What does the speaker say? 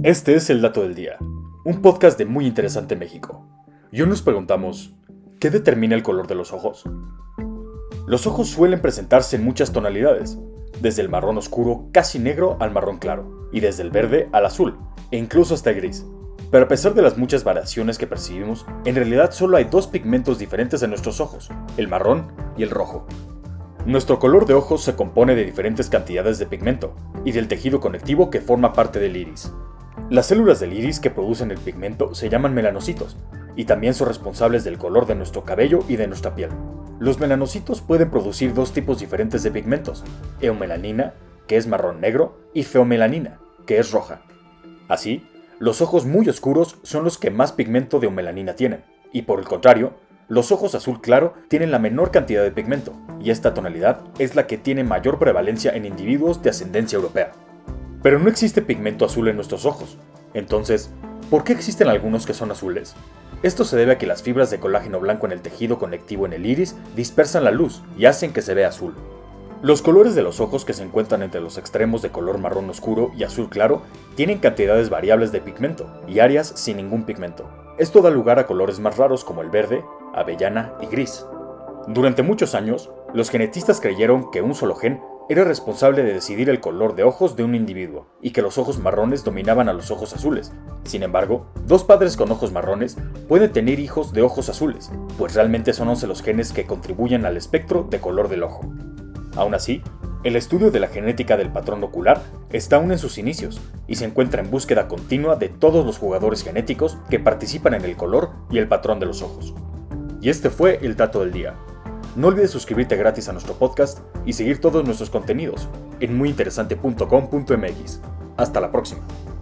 Este es el Dato del Día, un podcast de Muy Interesante México. Y hoy nos preguntamos, ¿qué determina el color de los ojos? Los ojos suelen presentarse en muchas tonalidades, desde el marrón oscuro casi negro al marrón claro, y desde el verde al azul, e incluso hasta el gris. Pero a pesar de las muchas variaciones que percibimos, en realidad solo hay dos pigmentos diferentes en nuestros ojos, el marrón y el rojo. Nuestro color de ojos se compone de diferentes cantidades de pigmento, y del tejido conectivo que forma parte del iris. Las células del iris que producen el pigmento se llaman melanocitos, y también son responsables del color de nuestro cabello y de nuestra piel. Los melanocitos pueden producir dos tipos diferentes de pigmentos, eumelanina, que es marrón negro, y feomelanina, que es roja. Así, los ojos muy oscuros son los que más pigmento de eumelanina tienen, y por el contrario, los ojos azul claro tienen la menor cantidad de pigmento, y esta tonalidad es la que tiene mayor prevalencia en individuos de ascendencia europea. Pero no existe pigmento azul en nuestros ojos. Entonces, ¿por qué existen algunos que son azules? Esto se debe a que las fibras de colágeno blanco en el tejido conectivo en el iris dispersan la luz y hacen que se vea azul. Los colores de los ojos que se encuentran entre los extremos de color marrón oscuro y azul claro tienen cantidades variables de pigmento y áreas sin ningún pigmento. Esto da lugar a colores más raros como el verde, avellana y gris. Durante muchos años, los genetistas creyeron que un solo gen era responsable de decidir el color de ojos de un individuo, y que los ojos marrones dominaban a los ojos azules. Sin embargo, dos padres con ojos marrones pueden tener hijos de ojos azules, pues realmente son 11 los genes que contribuyen al espectro de color del ojo. Aún así, el estudio de la genética del patrón ocular está aún en sus inicios, y se encuentra en búsqueda continua de todos los jugadores genéticos que participan en el color y el patrón de los ojos. Y este fue el Dato del Día. No olvides suscribirte gratis a nuestro podcast y seguir todos nuestros contenidos en muyinteresante.com.mx. Hasta la próxima.